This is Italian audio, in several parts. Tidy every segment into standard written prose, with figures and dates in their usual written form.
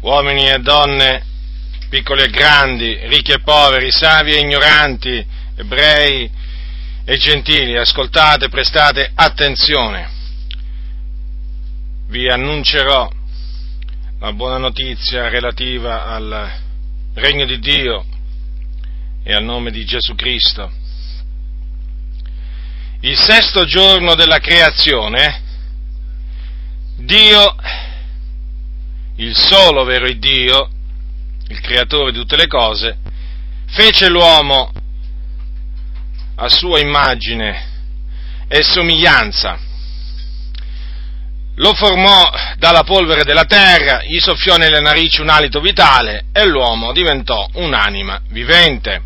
uomini e donne, piccoli e grandi, ricchi e poveri, savi e ignoranti, ebrei e gentili, ascoltate, prestate attenzione. Vi annuncerò la buona notizia relativa al regno di Dio e al nome di Gesù Cristo. Il sesto giorno della creazione, Dio, il solo vero Dio, il creatore di tutte le cose, fece l'uomo a sua immagine e somiglianza. Lo formò dalla polvere della terra, gli soffiò nelle narici un alito vitale e l'uomo diventò un'anima vivente.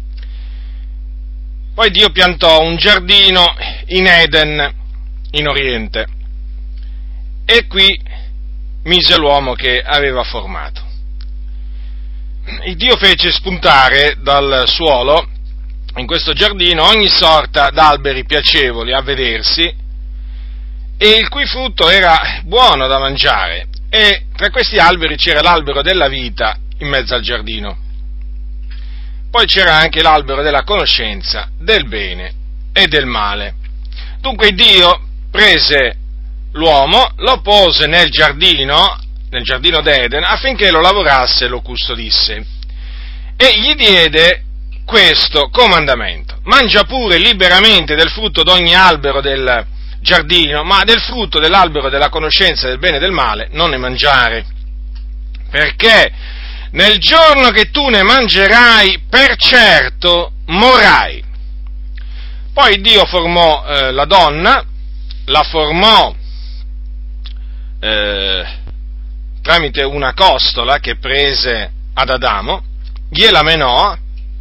Poi Dio piantò un giardino in Eden, in Oriente, e qui mise l'uomo che aveva formato. Il Dio fece spuntare dal suolo, in questo giardino, ogni sorta d'alberi piacevoli a vedersi, e il cui frutto era buono da mangiare, e tra questi alberi c'era l'albero della vita in mezzo al giardino. Poi c'era anche l'albero della conoscenza del bene e del male. Dunque Dio prese l'uomo, lo pose nel giardino d'Eden, affinché lo lavorasse e lo custodisse, e gli diede questo comandamento: mangia pure liberamente del frutto d'ogni albero del giardino, ma del frutto dell'albero della conoscenza del bene e del male non ne mangiare, perché nel giorno che tu ne mangerai, per certo morrai. Poi Dio formò la donna, la formò tramite una costola che prese ad Adamo, gliela menò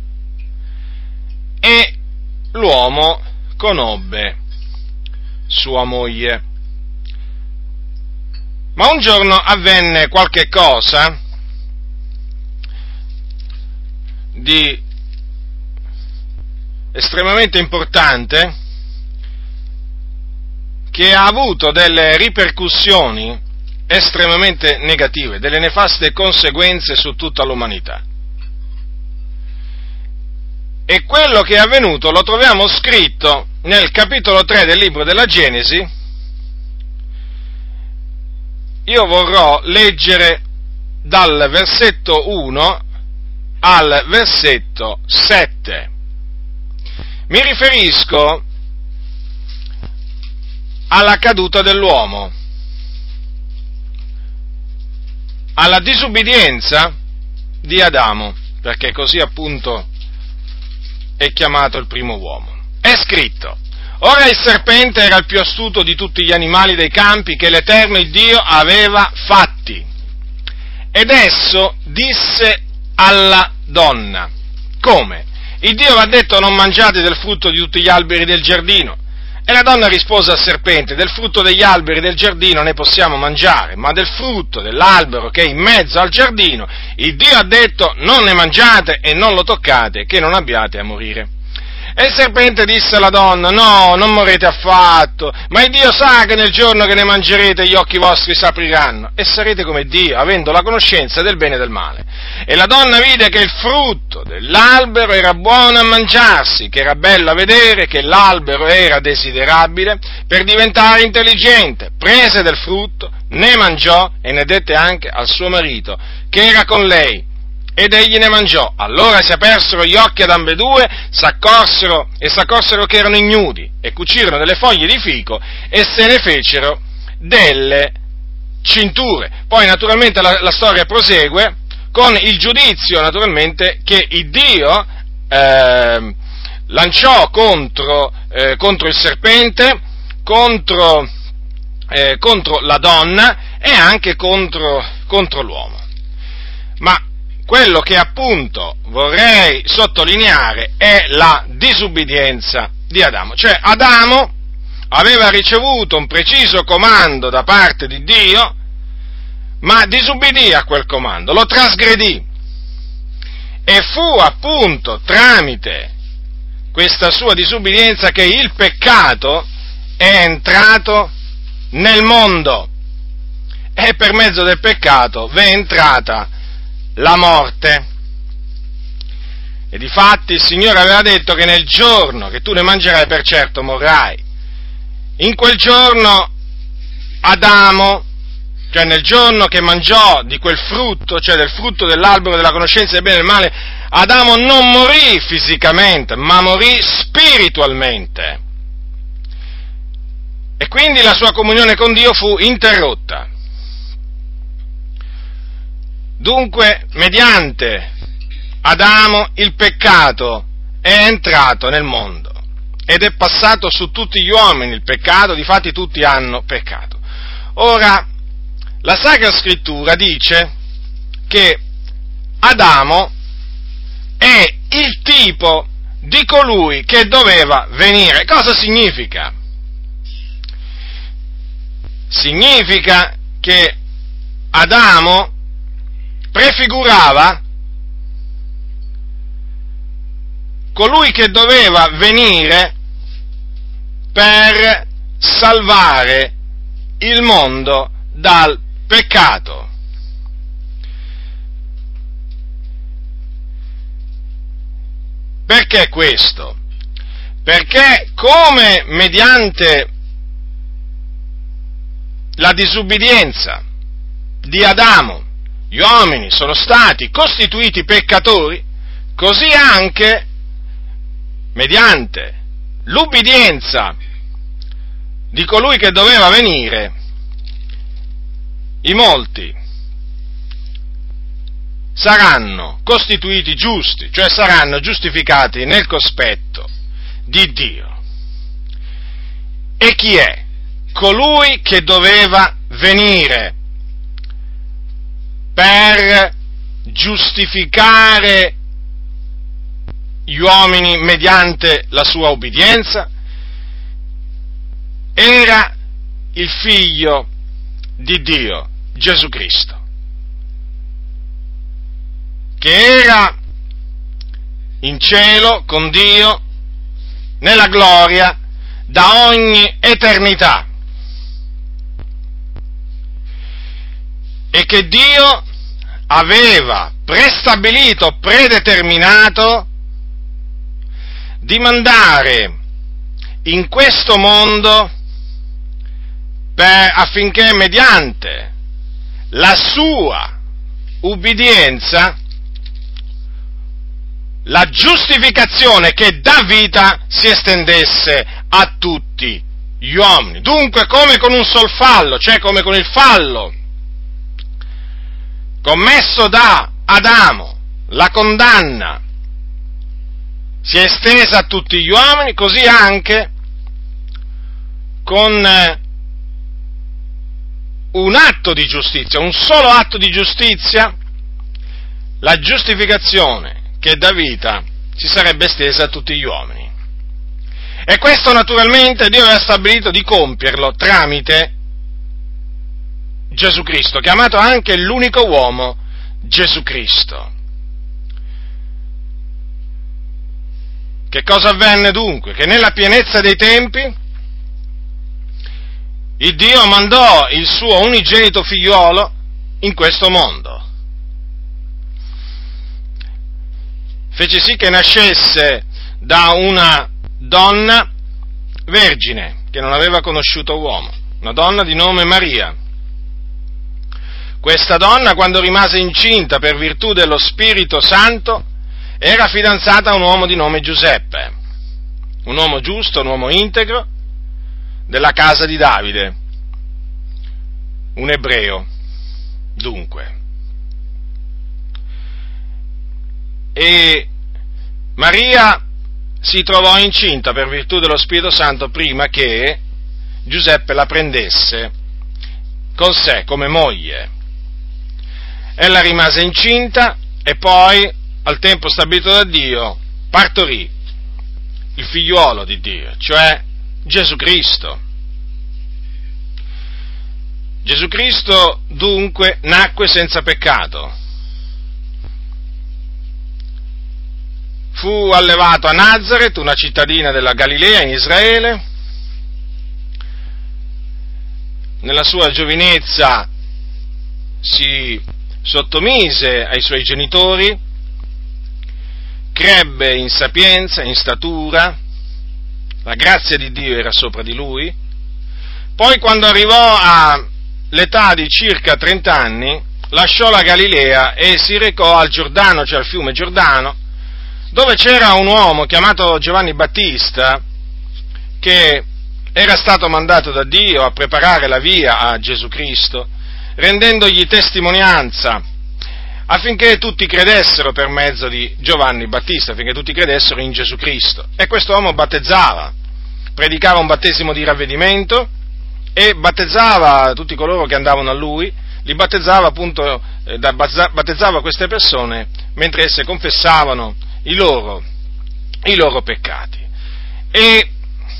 e l'uomo conobbe sua moglie. Ma un giorno avvenne qualche cosa di estremamente importante che ha avuto delle ripercussioni estremamente negative, delle nefaste conseguenze su tutta l'umanità. E quello che è avvenuto lo troviamo scritto nel capitolo 3 del libro della Genesi. Io vorrò leggere dal versetto 1 al versetto 7. Mi riferisco alla caduta dell'uomo, alla disubbidienza di Adamo, perché così appunto è chiamato il primo uomo. È scritto: ora il serpente era il più astuto di tutti gli animali dei campi che l'Eterno il Dio aveva fatti. Ed esso disse alla donna: come? Il Dio aveva detto: non mangiate del frutto di tutti gli alberi del giardino. E la donna rispose al serpente: del frutto degli alberi del giardino ne possiamo mangiare, ma del frutto dell'albero che è in mezzo al giardino, il Dio ha detto: non ne mangiate e non lo toccate, che non abbiate a morire. E il serpente disse alla donna: no, non morrete affatto, ma il Dio sa che nel giorno che ne mangerete gli occhi vostri s'apriranno, e sarete come Dio, avendo la conoscenza del bene e del male. E la donna vide che il frutto dell'albero era buono a mangiarsi, che era bello a vedere, che l'albero era desiderabile per diventare intelligente. Prese del frutto, ne mangiò e ne dette anche al suo marito, che era con lei. Ed egli ne mangiò. Allora si apersero gli occhi ad ambedue, s'accorsero che erano ignudi, e cucirono delle foglie di fico e se ne fecero delle cinture. Poi naturalmente la storia prosegue con il giudizio, naturalmente, che il Dio lanciò contro il serpente, contro la donna e anche contro l'uomo. Ma quello che appunto vorrei sottolineare è la disubbidienza di Adamo. Cioè Adamo aveva ricevuto un preciso comando da parte di Dio, ma disubbidì a quel comando, lo trasgredì. E fu appunto tramite questa sua disubbidienza che il peccato è entrato nel mondo. e per mezzo del peccato v'è entrata la morte. E difatti il Signore aveva detto che nel giorno che tu ne mangerai per certo morrai. In quel giorno Adamo, cioè nel giorno che mangiò di quel frutto, cioè del frutto dell'albero della conoscenza del bene e del male, Adamo non morì fisicamente, ma morì spiritualmente. E quindi la sua comunione con Dio fu interrotta. Dunque, mediante Adamo il peccato è entrato nel mondo ed è passato su tutti gli uomini il peccato, difatti tutti hanno peccato. Ora, la Sacra Scrittura dice che Adamo è il tipo di colui che doveva venire. Cosa significa? Significa che Adamo prefigurava colui che doveva venire per salvare il mondo dal peccato. Perché questo? Perché come mediante la disubbidienza di Adamo gli uomini sono stati costituiti peccatori, così anche mediante l'ubbidienza di colui che doveva venire, i molti saranno costituiti giusti, cioè saranno giustificati nel cospetto di Dio. E chi è? Colui che doveva venire per giustificare gli uomini mediante la sua ubbidienza, era il Figlio di Dio, Gesù Cristo, che era in cielo con Dio nella gloria da ogni eternità e che Dio aveva prestabilito, predeterminato di mandare in questo mondo affinché mediante la sua ubbidienza la giustificazione che dà vita si estendesse a tutti gli uomini. Dunque, come con un sol fallo, cioè come con il fallo commesso da Adamo, la condanna si è estesa a tutti gli uomini, così anche con un atto di giustizia, un solo atto di giustizia, la giustificazione che dà vita si sarebbe estesa a tutti gli uomini. E questo naturalmente Dio aveva stabilito di compierlo tramite Gesù Cristo, chiamato anche l'unico uomo Gesù Cristo. Che cosa avvenne dunque? Che nella pienezza dei tempi il Dio mandò il suo unigenito figliuolo in questo mondo. Fece sì che nascesse da una donna vergine, che non aveva conosciuto uomo, una donna di nome Maria. Questa donna, quando rimase incinta per virtù dello Spirito Santo, era fidanzata a un uomo di nome Giuseppe, un uomo giusto, un uomo integro, della casa di Davide, un ebreo, dunque. E Maria si trovò incinta per virtù dello Spirito Santo prima che Giuseppe la prendesse con sé come moglie. Ella rimase incinta e poi, al tempo stabilito da Dio, partorì il figliuolo di Dio, cioè Gesù Cristo. Gesù Cristo dunque nacque senza peccato. Fu allevato a Nazaret, una cittadina della Galilea in Israele. Nella sua giovinezza si sottomise ai suoi genitori, crebbe in sapienza, in statura, la grazia di Dio era sopra di lui. Poi, quando arrivò all'età di circa 30 anni, lasciò la Galilea e si recò al Giordano, cioè al fiume Giordano, dove c'era un uomo chiamato Giovanni Battista, che era stato mandato da Dio a preparare la via a Gesù Cristo, rendendogli testimonianza affinché tutti credessero per mezzo di Giovanni Battista, affinché tutti credessero in Gesù Cristo. E questo uomo battezzava, predicava un battesimo di ravvedimento e battezzava tutti coloro che andavano a lui, li battezzava appunto, battezzava queste persone mentre esse confessavano i loro peccati. E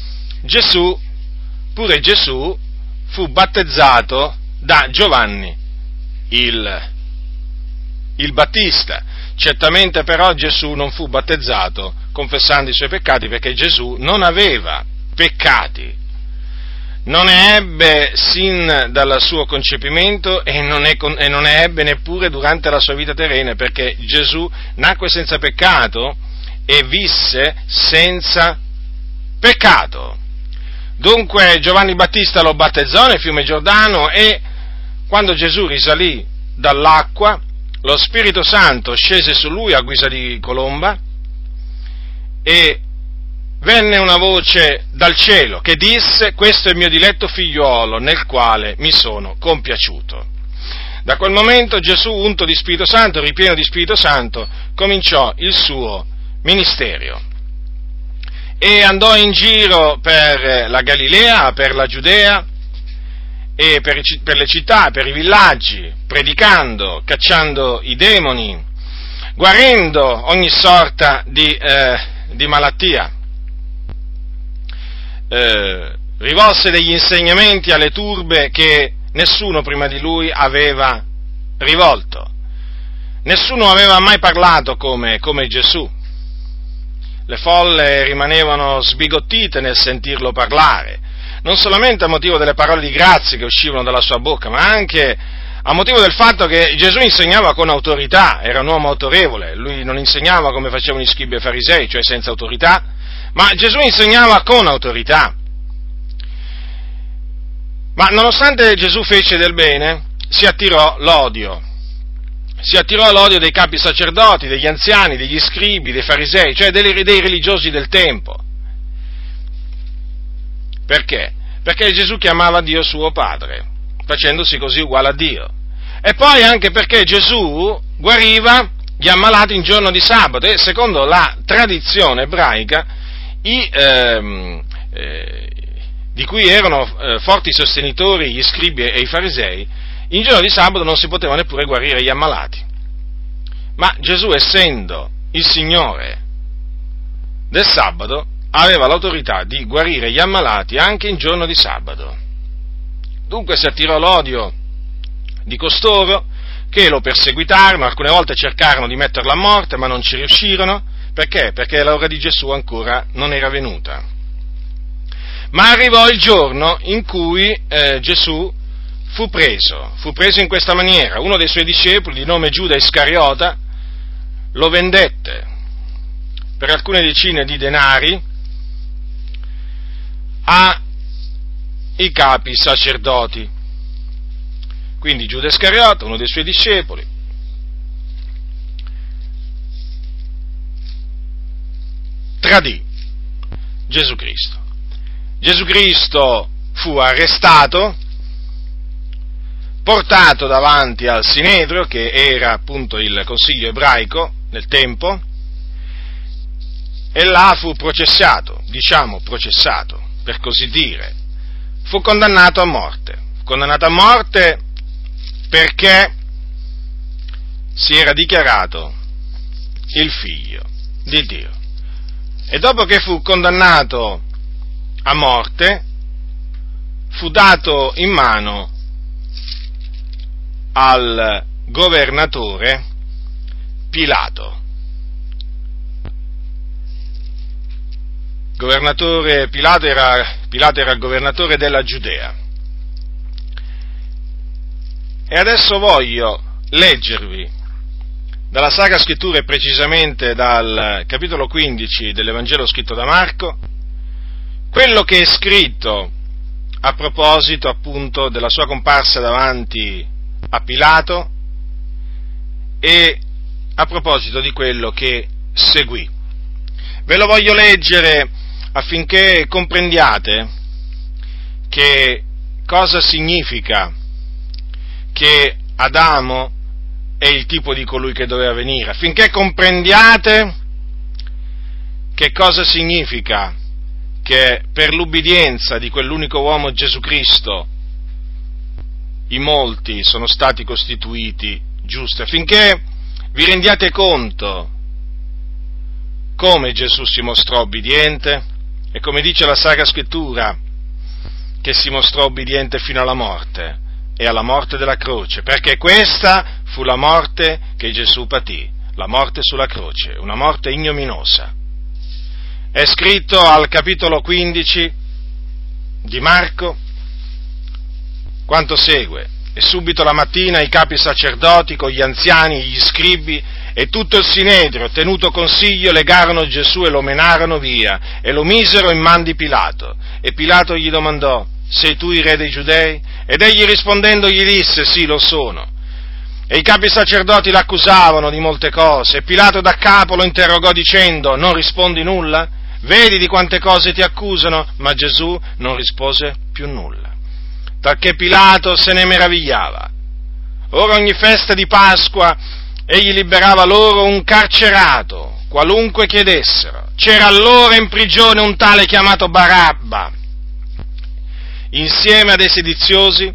pure Gesù fu battezzato da Giovanni il Battista. Certamente però Gesù non fu battezzato confessando i suoi peccati, perché Gesù non aveva peccati, non ne ebbe sin dal suo concepimento e non ne ebbe neppure durante la sua vita terrena, perché Gesù nacque senza peccato e visse senza peccato. Dunque Giovanni Battista lo battezzò nel fiume Giordano e quando Gesù risalì dall'acqua, lo Spirito Santo scese su lui a guisa di colomba e venne una voce dal cielo che disse: questo è il mio diletto figliuolo nel quale mi sono compiaciuto. Da quel momento Gesù, unto di Spirito Santo, ripieno di Spirito Santo, cominciò il suo ministero e andò in giro per la Galilea, per la Giudea e per le città, per i villaggi, predicando, cacciando i demoni, guarendo ogni sorta di malattia. Rivolse degli insegnamenti alle turbe che nessuno prima di lui aveva rivolto. Nessuno aveva mai parlato come Gesù. Le folle rimanevano sbigottite nel sentirlo parlare, non solamente a motivo delle parole di grazia che uscivano dalla sua bocca, ma anche a motivo del fatto che Gesù insegnava con autorità, era un uomo autorevole, lui non insegnava come facevano gli scribi e farisei, cioè senza autorità, ma Gesù insegnava con autorità. Ma nonostante Gesù fece del bene, si attirò l'odio dei capi sacerdoti, degli anziani, degli scribi, dei farisei, cioè dei religiosi del tempo. Perché? Perché Gesù chiamava Dio suo Padre, facendosi così uguale a Dio. E poi anche perché Gesù guariva gli ammalati in giorno di sabato e secondo la tradizione ebraica di cui erano forti sostenitori gli scribi e i farisei, in giorno di sabato non si poteva neppure guarire gli ammalati. Ma Gesù, essendo il Signore del sabato, aveva l'autorità di guarire gli ammalati anche in giorno di sabato. Dunque si attirò l'odio di costoro, che lo perseguitarono, alcune volte cercarono di metterlo a morte, ma non ci riuscirono. Perché? Perché l'ora di Gesù ancora non era venuta. Ma arrivò il giorno in cui Gesù fu preso in questa maniera. Uno dei suoi discepoli, di nome Giuda Iscariota, lo vendette per alcune decine di denari ai capi sacerdoti. Quindi Giuda Iscariota, uno dei suoi discepoli, tradì Gesù Cristo. Gesù Cristo fu arrestato, portato davanti al Sinedrio, che era appunto il consiglio ebraico nel tempo, e là fu processato per così dire. Fu condannato a morte perché si era dichiarato il figlio di Dio. E dopo che fu condannato a morte, fu dato in mano al governatore Pilato. Pilato era il governatore della Giudea. E adesso voglio leggervi dalla Sacra Scrittura, e precisamente dal capitolo 15 dell'Evangelo scritto da Marco, quello che è scritto a proposito appunto della sua comparsa davanti a Pilato e a proposito di quello che seguì. Ve lo voglio leggere affinché comprendiate che cosa significa che Adamo è il tipo di colui che doveva venire, affinché comprendiate che cosa significa che per l'ubbidienza di quell'unico uomo Gesù Cristo i molti sono stati costituiti giusti, affinché vi rendiate conto come Gesù si mostrò obbediente, e come dice la Sacra Scrittura, che si mostrò obbediente fino alla morte, e alla morte della croce, perché questa fu la morte che Gesù patì, la morte sulla croce, una morte ignominiosa. È scritto al capitolo 15 di Marco quanto segue: e subito la mattina i capi sacerdoti con gli anziani, gli scribi e tutto il sinedrio, tenuto consiglio, legarono Gesù e lo menarono via e lo misero in man di Pilato. E Pilato gli domandò: sei tu il re dei Giudei? Ed egli rispondendo gli disse: sì, lo sono. E i capi sacerdoti l'accusavano di molte cose, e Pilato da capo lo interrogò dicendo: non rispondi nulla? Vedi di quante cose ti accusano? Ma Gesù non rispose più nulla, talché Pilato se ne meravigliava. Ora ogni festa di Pasqua egli liberava loro un carcerato, qualunque chiedessero. C'era allora in prigione un tale chiamato Barabba, insieme a dei sediziosi,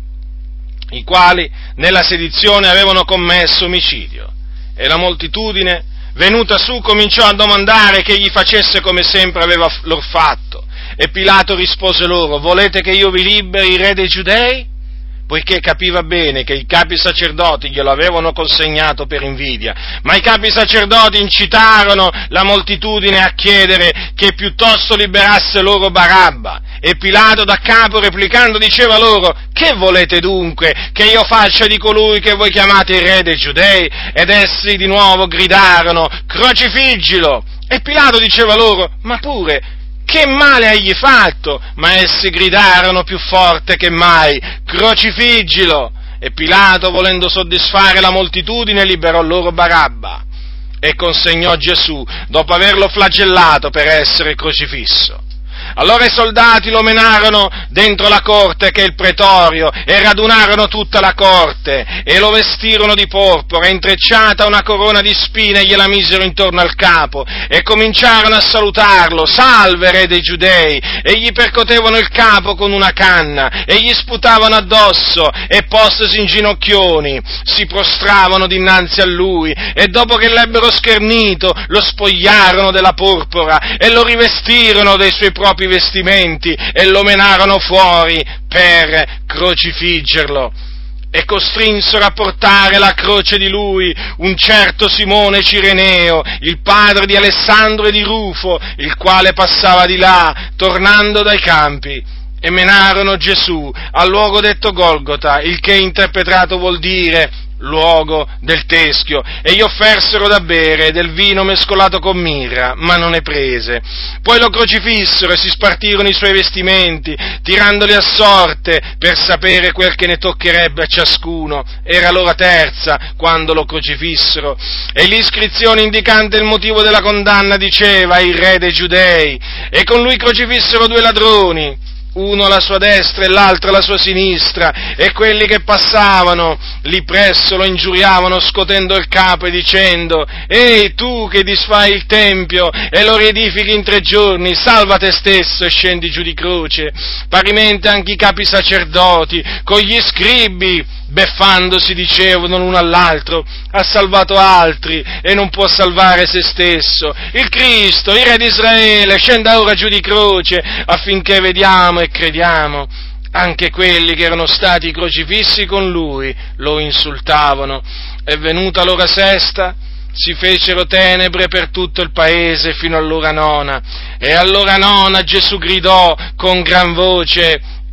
i quali nella sedizione avevano commesso omicidio. E la moltitudine, venuta su, cominciò a domandare che gli facesse come sempre aveva lor fatto. E Pilato rispose loro: volete che io vi liberi il re dei Giudei? Poiché capiva bene che i capi sacerdoti glielo avevano consegnato per invidia, ma i capi sacerdoti incitarono la moltitudine a chiedere che piuttosto liberasse loro Barabba. E Pilato da capo replicando diceva loro: che volete dunque che io faccia di colui che voi chiamate il re dei Giudei? Ed essi di nuovo gridarono: crocifiggilo! E Pilato diceva loro: ma pure, che male hai fatto? Ma essi gridarono più forte che mai: crocifiggilo! E Pilato, volendo soddisfare la moltitudine, liberò loro Barabba e consegnò Gesù dopo averlo flagellato per essere crocifisso. Allora i soldati lo menarono dentro la corte, che è il pretorio, e radunarono tutta la corte, e lo vestirono di porpora, intrecciata una corona di spine, e gliela misero intorno al capo, e cominciarono a salutarlo: salve, re dei Giudei! E gli percotevano il capo con una canna, e gli sputavano addosso, e postesi in ginocchioni, si prostravano dinanzi a lui, e dopo che l'ebbero schernito, lo spogliarono della porpora, e lo rivestirono dei suoi propri vestimenti, e lo menarono fuori per crocifiggerlo. E costrinsero a portare la croce di lui un certo Simone Cireneo, il padre di Alessandro e di Rufo, il quale passava di là, tornando dai campi. E menarono Gesù al luogo detto Golgota, il che interpretato vuol dire luogo del teschio, e gli offersero da bere del vino mescolato con mirra, ma non ne prese. Poi lo crocifissero e si spartirono i suoi vestimenti, tirandoli a sorte per sapere quel che ne toccherebbe a ciascuno. Era l'ora terza quando lo crocifissero, e l'iscrizione indicante il motivo della condanna diceva: il re dei Giudei. E con lui crocifissero due ladroni, uno alla sua destra e l'altro alla sua sinistra, e quelli che passavano lì presso lo ingiuriavano scotendo il capo e dicendo: ehi, tu che disfai il tempio e lo riedifichi in 3 giorni, salva te stesso e scendi giù di croce. Parimente anche i capi sacerdoti con gli scribi, beffandosi, dicevano l'uno all'altro: ha salvato altri e non può salvare se stesso. Il Cristo, il Re di Israele, scenda ora giù di croce affinché vediamo e crediamo. Anche quelli che erano stati crocifissi con lui lo insultavano. E venuta l'ora sesta, si fecero tenebre per tutto il paese fino all'ora nona. E all'ora nona Gesù gridò con gran voce: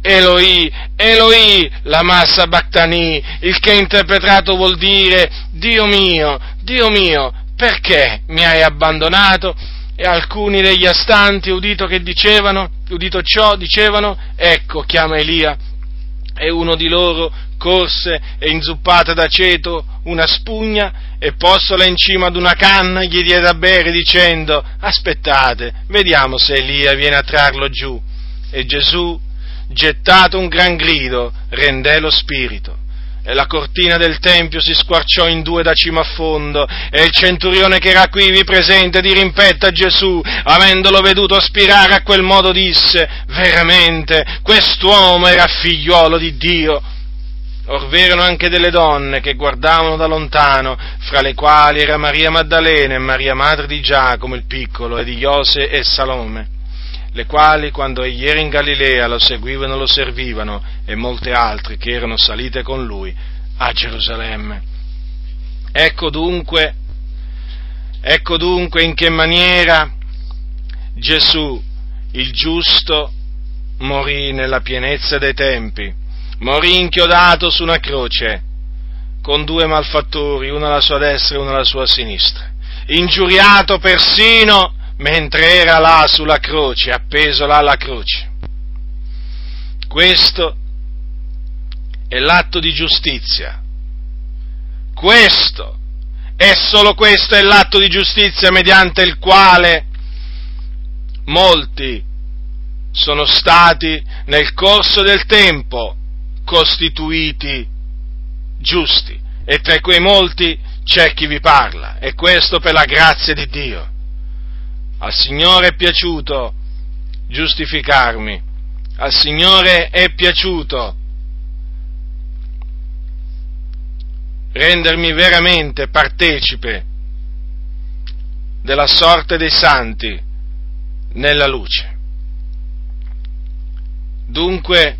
Eloi, Eloi, lama sabachthani, il che interpretato vuol dire Dio mio, perché mi hai abbandonato? E alcuni degli astanti, udito ciò, dicevano, ecco, chiama Elia. E uno di loro corse e inzuppata d'aceto una spugna e possola in cima ad una canna gli diede a bere dicendo, aspettate, vediamo se Elia viene a trarlo giù. E Gesù, gettato un gran grido, rendè lo spirito. E la cortina del tempio si squarciò in due da cima a fondo, e il centurione che era quivi presente dirimpetta Gesù, avendolo veduto spirare a quel modo disse, veramente, quest'uomo era figliuolo di Dio. Or v'erano anche delle donne che guardavano da lontano, fra le quali era Maria Maddalena e Maria madre di Giacomo il piccolo, e di Iose e Salome, le quali, quando egli era in Galilea, lo seguivano e lo servivano, e molte altre che erano salite con lui a Gerusalemme. Ecco dunque in che maniera Gesù, il giusto, morì nella pienezza dei tempi, morì inchiodato su una croce, con due malfattori, uno alla sua destra e uno alla sua sinistra, ingiuriato persino mentre era là sulla croce, appeso là alla croce. Questo è l'atto di giustizia. Questo, e solo questo è l'atto di giustizia mediante il quale molti sono stati nel corso del tempo costituiti giusti, e tra quei molti c'è chi vi parla, e questo per la grazia di Dio. Al Signore è piaciuto giustificarmi, al Signore è piaciuto rendermi veramente partecipe della sorte dei santi nella luce. Dunque,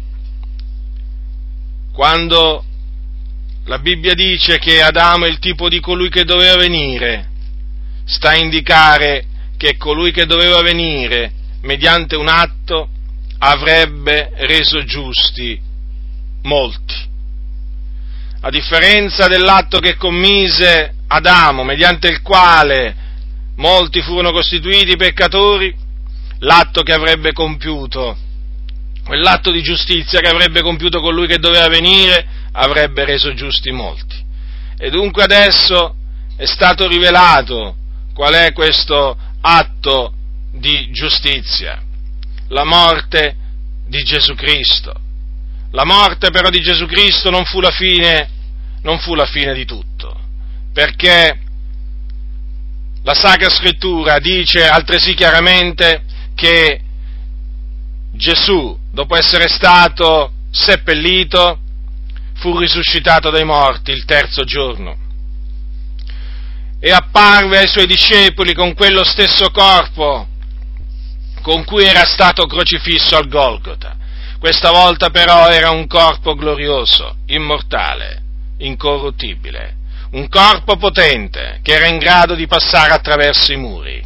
quando la Bibbia dice che Adamo è il tipo di colui che doveva venire, sta a indicare che colui che doveva venire, mediante un atto, avrebbe reso giusti molti. A differenza dell'atto che commise Adamo, mediante il quale molti furono costituiti peccatori, l'atto che avrebbe compiuto, quell'atto di giustizia che avrebbe compiuto colui che doveva venire, avrebbe reso giusti molti. E dunque adesso è stato rivelato qual è questo atto di giustizia: la morte di Gesù Cristo. La morte però di Gesù Cristo non fu la fine di tutto, perché la Sacra Scrittura dice altresì chiaramente che Gesù, dopo essere stato seppellito, fu risuscitato dai morti il terzo giorno e apparve ai suoi discepoli con quello stesso corpo con cui era stato crocifisso al Golgota. Questa volta però era un corpo glorioso, immortale, incorruttibile, un corpo potente che era in grado di passare attraverso i muri.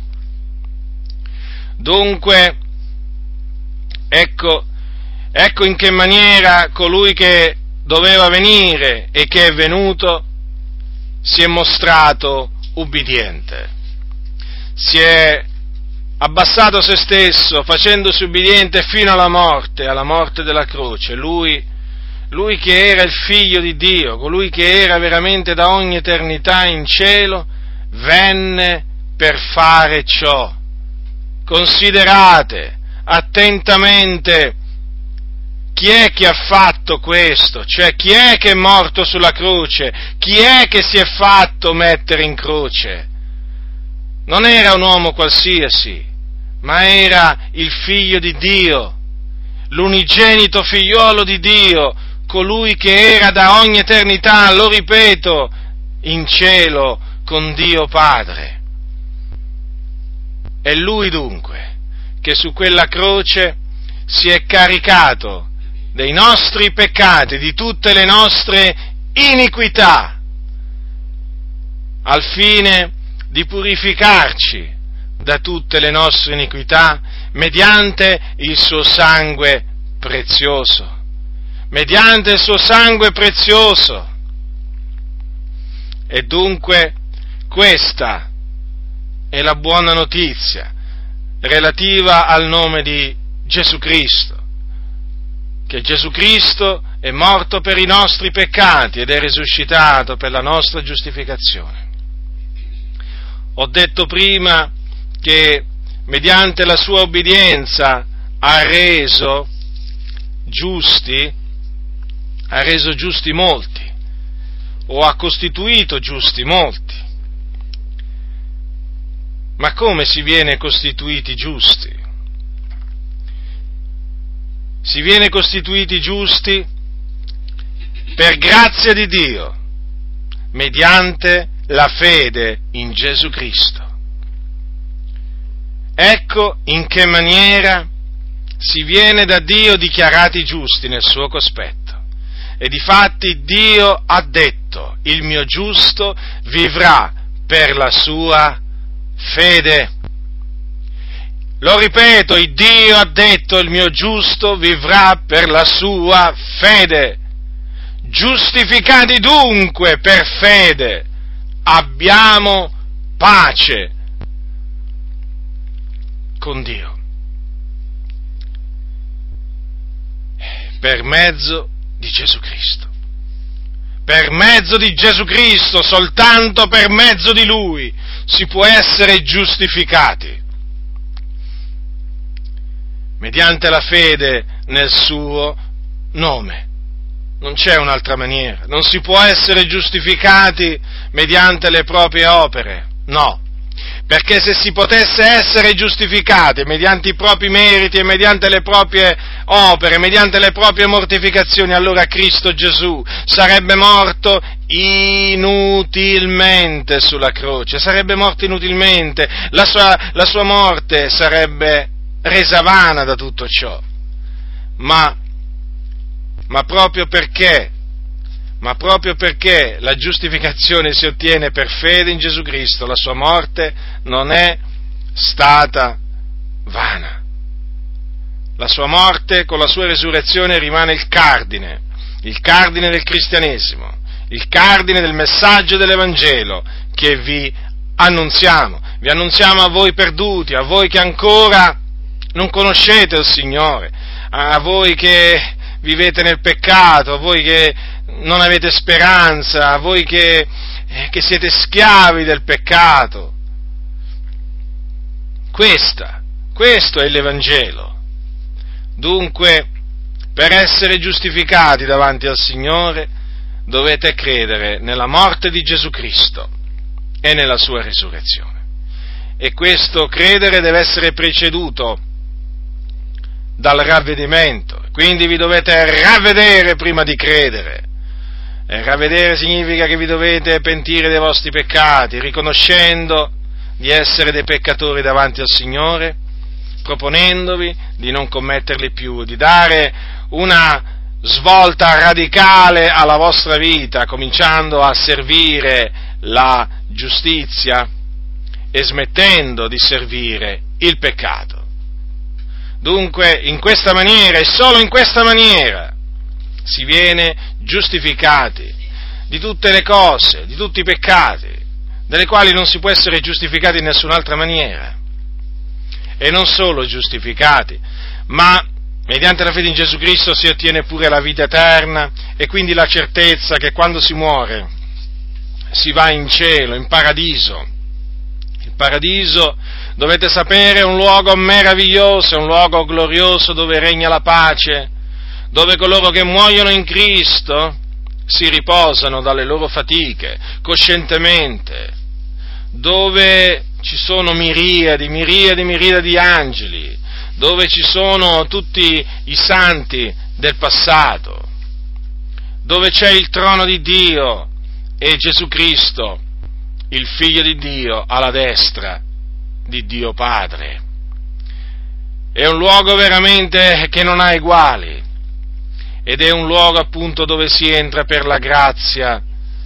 Dunque, ecco in che maniera colui che doveva venire e che è venuto si è mostrato ubbidiente, si è abbassato se stesso, facendosi ubbidiente fino alla morte della croce. Lui che era il Figlio di Dio, colui che era veramente da ogni eternità in cielo, venne per fare ciò. Considerate attentamente chi è che ha fatto questo, cioè chi è che è morto sulla croce, chi è che si è fatto mettere in croce. Non era un uomo qualsiasi, ma era il Figlio di Dio, l'unigenito figliolo di Dio, colui che era da ogni eternità, lo ripeto, in cielo con Dio Padre. È Lui dunque che su quella croce si è caricato dei nostri peccati, di tutte le nostre iniquità, al fine di purificarci da tutte le nostre iniquità mediante il suo sangue prezioso, mediante il suo sangue prezioso. E dunque questa è la buona notizia relativa al nome di Gesù Cristo, che Gesù Cristo è morto per i nostri peccati ed è risuscitato per la nostra giustificazione. Ho detto prima che mediante la sua obbedienza ha reso giusti molti, o ha costituito giusti molti. Ma come si viene costituiti giusti? Si viene costituiti giusti per grazia di Dio, mediante la fede in Gesù Cristo. Ecco in che maniera si viene da Dio dichiarati giusti nel suo cospetto. E difatti Dio ha detto: il mio giusto vivrà per la sua fede. Lo ripeto, il Dio ha detto: il mio giusto vivrà per la sua fede. Giustificati dunque per fede, abbiamo pace con Dio per mezzo di Gesù Cristo. Per mezzo di Gesù Cristo, soltanto per mezzo di Lui si può essere giustificati, mediante la fede nel suo nome. Non c'è un'altra maniera. Non si può essere giustificati mediante le proprie opere, no. Perché se si potesse essere giustificati mediante i propri meriti e mediante le proprie opere, mediante le proprie mortificazioni, allora Cristo Gesù sarebbe morto inutilmente sulla croce, sarebbe morto inutilmente, la sua morte sarebbe resa vana da tutto ciò. Ma proprio perché la giustificazione si ottiene per fede in Gesù Cristo, la sua morte non è stata vana. La sua morte con la sua resurrezione rimane il cardine del cristianesimo, il cardine del messaggio dell'Evangelo che vi annunziamo. Vi annunziamo a voi perduti, a voi che ancora non conoscete il Signore, a voi che vivete nel peccato, a voi che non avete speranza, a voi che siete schiavi del peccato. Questo è l'Evangelo. Dunque, per essere giustificati davanti al Signore, dovete credere nella morte di Gesù Cristo e nella sua risurrezione. E questo credere deve essere preceduto dal ravvedimento. Quindi vi dovete ravvedere prima di credere. E ravvedere significa che vi dovete pentire dei vostri peccati, riconoscendo di essere dei peccatori davanti al Signore, proponendovi di non commetterli più, di dare una svolta radicale alla vostra vita, cominciando a servire la giustizia e smettendo di servire il peccato. Dunque, in questa maniera e solo in questa maniera si viene giustificati di tutte le cose, di tutti i peccati, delle quali non si può essere giustificati in nessun'altra maniera. E non solo giustificati, ma mediante la fede in Gesù Cristo si ottiene pure la vita eterna e quindi la certezza che quando si muore si va in cielo, in paradiso. Il paradiso, dovete sapere, è un luogo meraviglioso, è un luogo glorioso dove regna la pace, dove coloro che muoiono in Cristo si riposano dalle loro fatiche coscientemente, dove ci sono miriadi di angeli, dove ci sono tutti i santi del passato, dove c'è il trono di Dio e Gesù Cristo, il Figlio di Dio, alla destra di Dio Padre. È un luogo veramente che non ha eguali, ed è un luogo appunto dove si entra per la grazia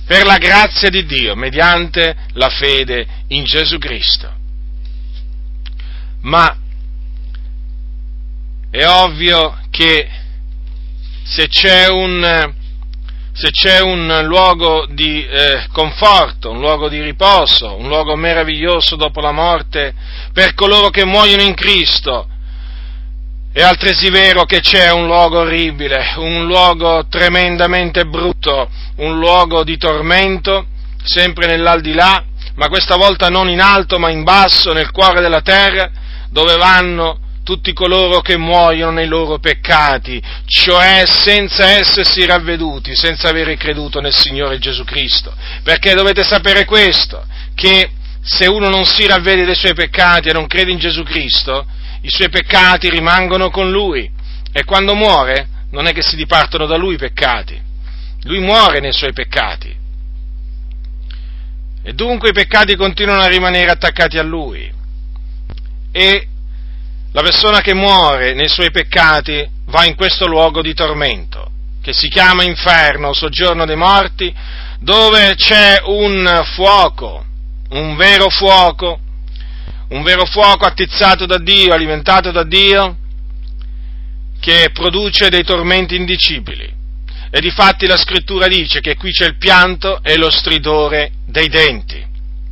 di Dio, mediante la fede in Gesù Cristo. Ma è ovvio che se c'è un luogo di conforto, un luogo di riposo, un luogo meraviglioso dopo la morte per coloro che muoiono in Cristo, è altresì vero che c'è un luogo orribile, un luogo tremendamente brutto, un luogo di tormento, sempre nell'aldilà, ma questa volta non in alto ma in basso, nel cuore della terra, dove vanno tutti coloro che muoiono nei loro peccati, cioè senza essersi ravveduti, senza avere creduto nel Signore Gesù Cristo. Perché dovete sapere questo, che se uno non si ravvede dei suoi peccati e non crede in Gesù Cristo, i suoi peccati rimangono con lui, e quando muore non è che si dipartono da lui i peccati, lui muore nei suoi peccati, e dunque i peccati continuano a rimanere attaccati a lui, e la persona che muore nei suoi peccati va in questo luogo di tormento, che si chiama inferno, soggiorno dei morti, dove c'è un fuoco, un vero fuoco attizzato da Dio, alimentato da Dio, che produce dei tormenti indicibili. E difatti la Scrittura dice che qui c'è il pianto e lo stridore dei denti.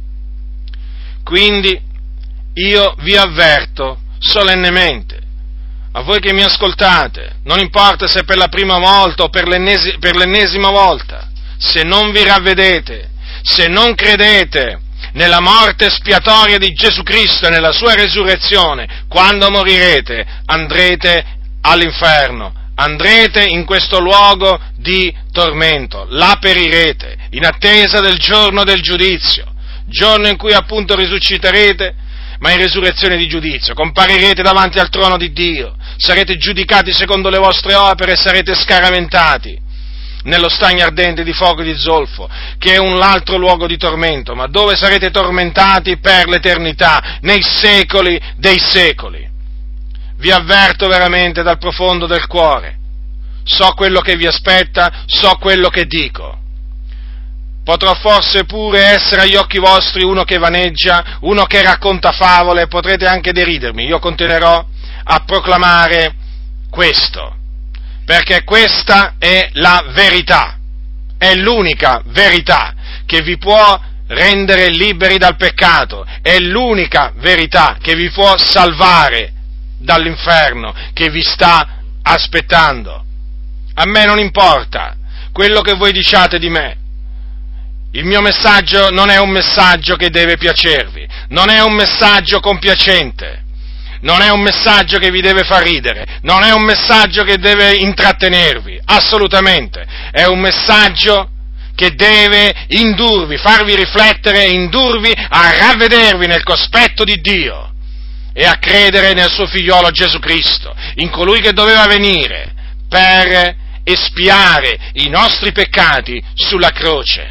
Quindi io vi avverto solennemente, a voi che mi ascoltate, non importa se per la prima volta o per l'ennesima volta, se non vi ravvedete, se non credete nella morte espiatoria di Gesù Cristo e nella sua resurrezione, quando morirete andrete all'inferno, andrete in questo luogo di tormento, là perirete, in attesa del giorno del giudizio, giorno in cui appunto risusciterete, ma in resurrezione di giudizio, comparirete davanti al trono di Dio, sarete giudicati secondo le vostre opere e sarete scaraventati nello stagno ardente di fuoco e di zolfo, che è un altro luogo di tormento, ma dove sarete tormentati per l'eternità, nei secoli dei secoli. Vi avverto veramente dal profondo del cuore, so quello che vi aspetta, so quello che dico. Potrò forse pure essere agli occhi vostri uno che vaneggia, uno che racconta favole, potrete anche deridermi, io continuerò a proclamare questo, perché questa è la verità, è l'unica verità che vi può rendere liberi dal peccato, è l'unica verità che vi può salvare dall'inferno che vi sta aspettando. A me non importa quello che voi diciate di me. Il mio messaggio non è un messaggio che deve piacervi, non è un messaggio compiacente, non è un messaggio che vi deve far ridere, non è un messaggio che deve intrattenervi, assolutamente, è un messaggio che deve indurvi, farvi riflettere e indurvi a ravvedervi nel cospetto di Dio e a credere nel suo figliolo Gesù Cristo, in colui che doveva venire per espiare i nostri peccati sulla croce.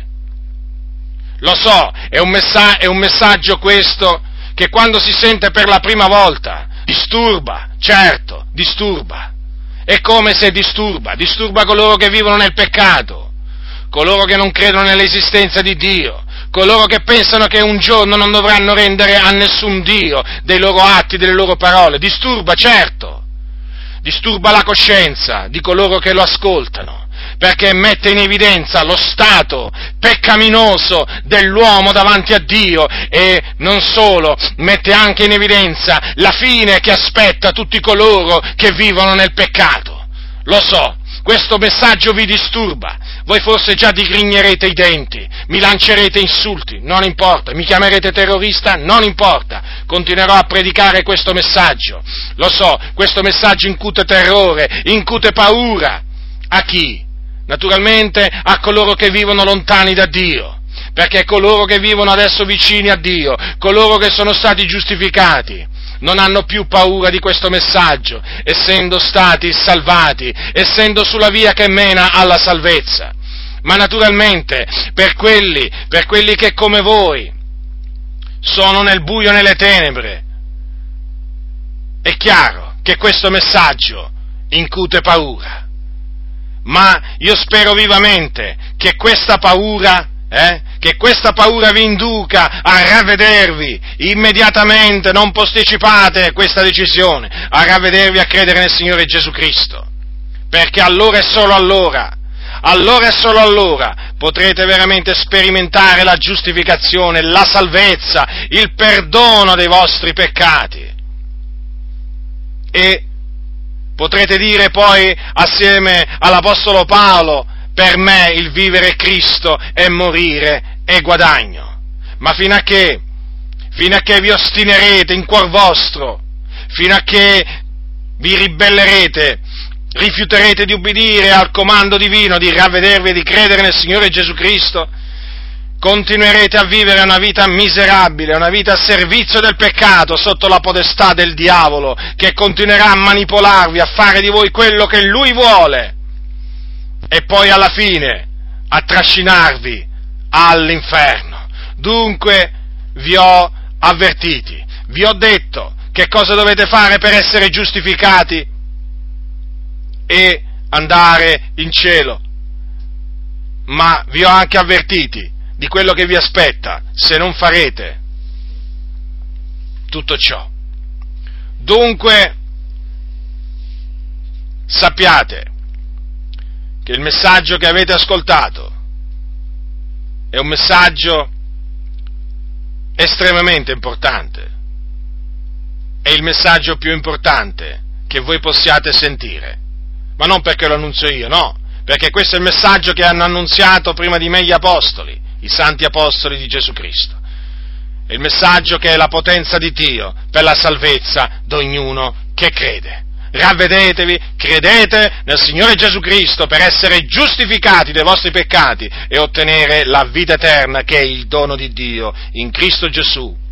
Lo so, è un messaggio questo che quando si sente per la prima volta disturba, certo, disturba. È come se disturba coloro che vivono nel peccato, coloro che non credono nell'esistenza di Dio, coloro che pensano che un giorno non dovranno rendere a nessun Dio dei loro atti, delle loro parole. Disturba, certo, disturba la coscienza di coloro che lo ascoltano, perché mette in evidenza lo stato peccaminoso dell'uomo davanti a Dio e non solo, mette anche in evidenza la fine che aspetta tutti coloro che vivono nel peccato. Lo so, questo messaggio vi disturba, voi forse già digrignerete i denti, mi lancerete insulti, non importa, mi chiamerete terrorista, non importa, continuerò a predicare questo messaggio. Lo so, questo messaggio incute terrore, incute paura. A chi? Naturalmente a coloro che vivono lontani da Dio, perché coloro che vivono adesso vicini a Dio, coloro che sono stati giustificati, non hanno più paura di questo messaggio, essendo stati salvati, essendo sulla via che mena alla salvezza. Ma naturalmente per quelli che come voi sono nel buio e nelle tenebre, è chiaro che questo messaggio incute paura. Ma io spero vivamente che questa paura vi induca a ravvedervi immediatamente, non posticipate questa decisione, a ravvedervi, a credere nel Signore Gesù Cristo, perché allora e solo allora potrete veramente sperimentare la giustificazione, la salvezza, il perdono dei vostri peccati. E potrete dire poi, assieme all'Apostolo Paolo, per me il vivere è Cristo e morire è guadagno. Ma fino a che vi ostinerete in cuor vostro, fino a che vi ribellerete, rifiuterete di ubbidire al comando divino, di ravvedervi e di credere nel Signore Gesù Cristo, continuerete a vivere una vita miserabile, una vita a servizio del peccato, sotto la potestà del diavolo, che continuerà a manipolarvi, a fare di voi quello che lui vuole, e poi alla fine a trascinarvi all'inferno. Dunque vi ho avvertiti, vi ho detto che cosa dovete fare per essere giustificati e andare in cielo, ma vi ho anche avvertiti di quello che vi aspetta se non farete tutto ciò. Dunque, sappiate che il messaggio che avete ascoltato è un messaggio estremamente importante, è il messaggio più importante che voi possiate sentire, ma non perché lo annunzio io, no, perché questo è il messaggio che hanno annunziato prima di me gli apostoli, i santi apostoli di Gesù Cristo. È il messaggio che è la potenza di Dio per la salvezza di ognuno che crede. Ravvedetevi, credete nel Signore Gesù Cristo per essere giustificati dai vostri peccati e ottenere la vita eterna che è il dono di Dio in Cristo Gesù,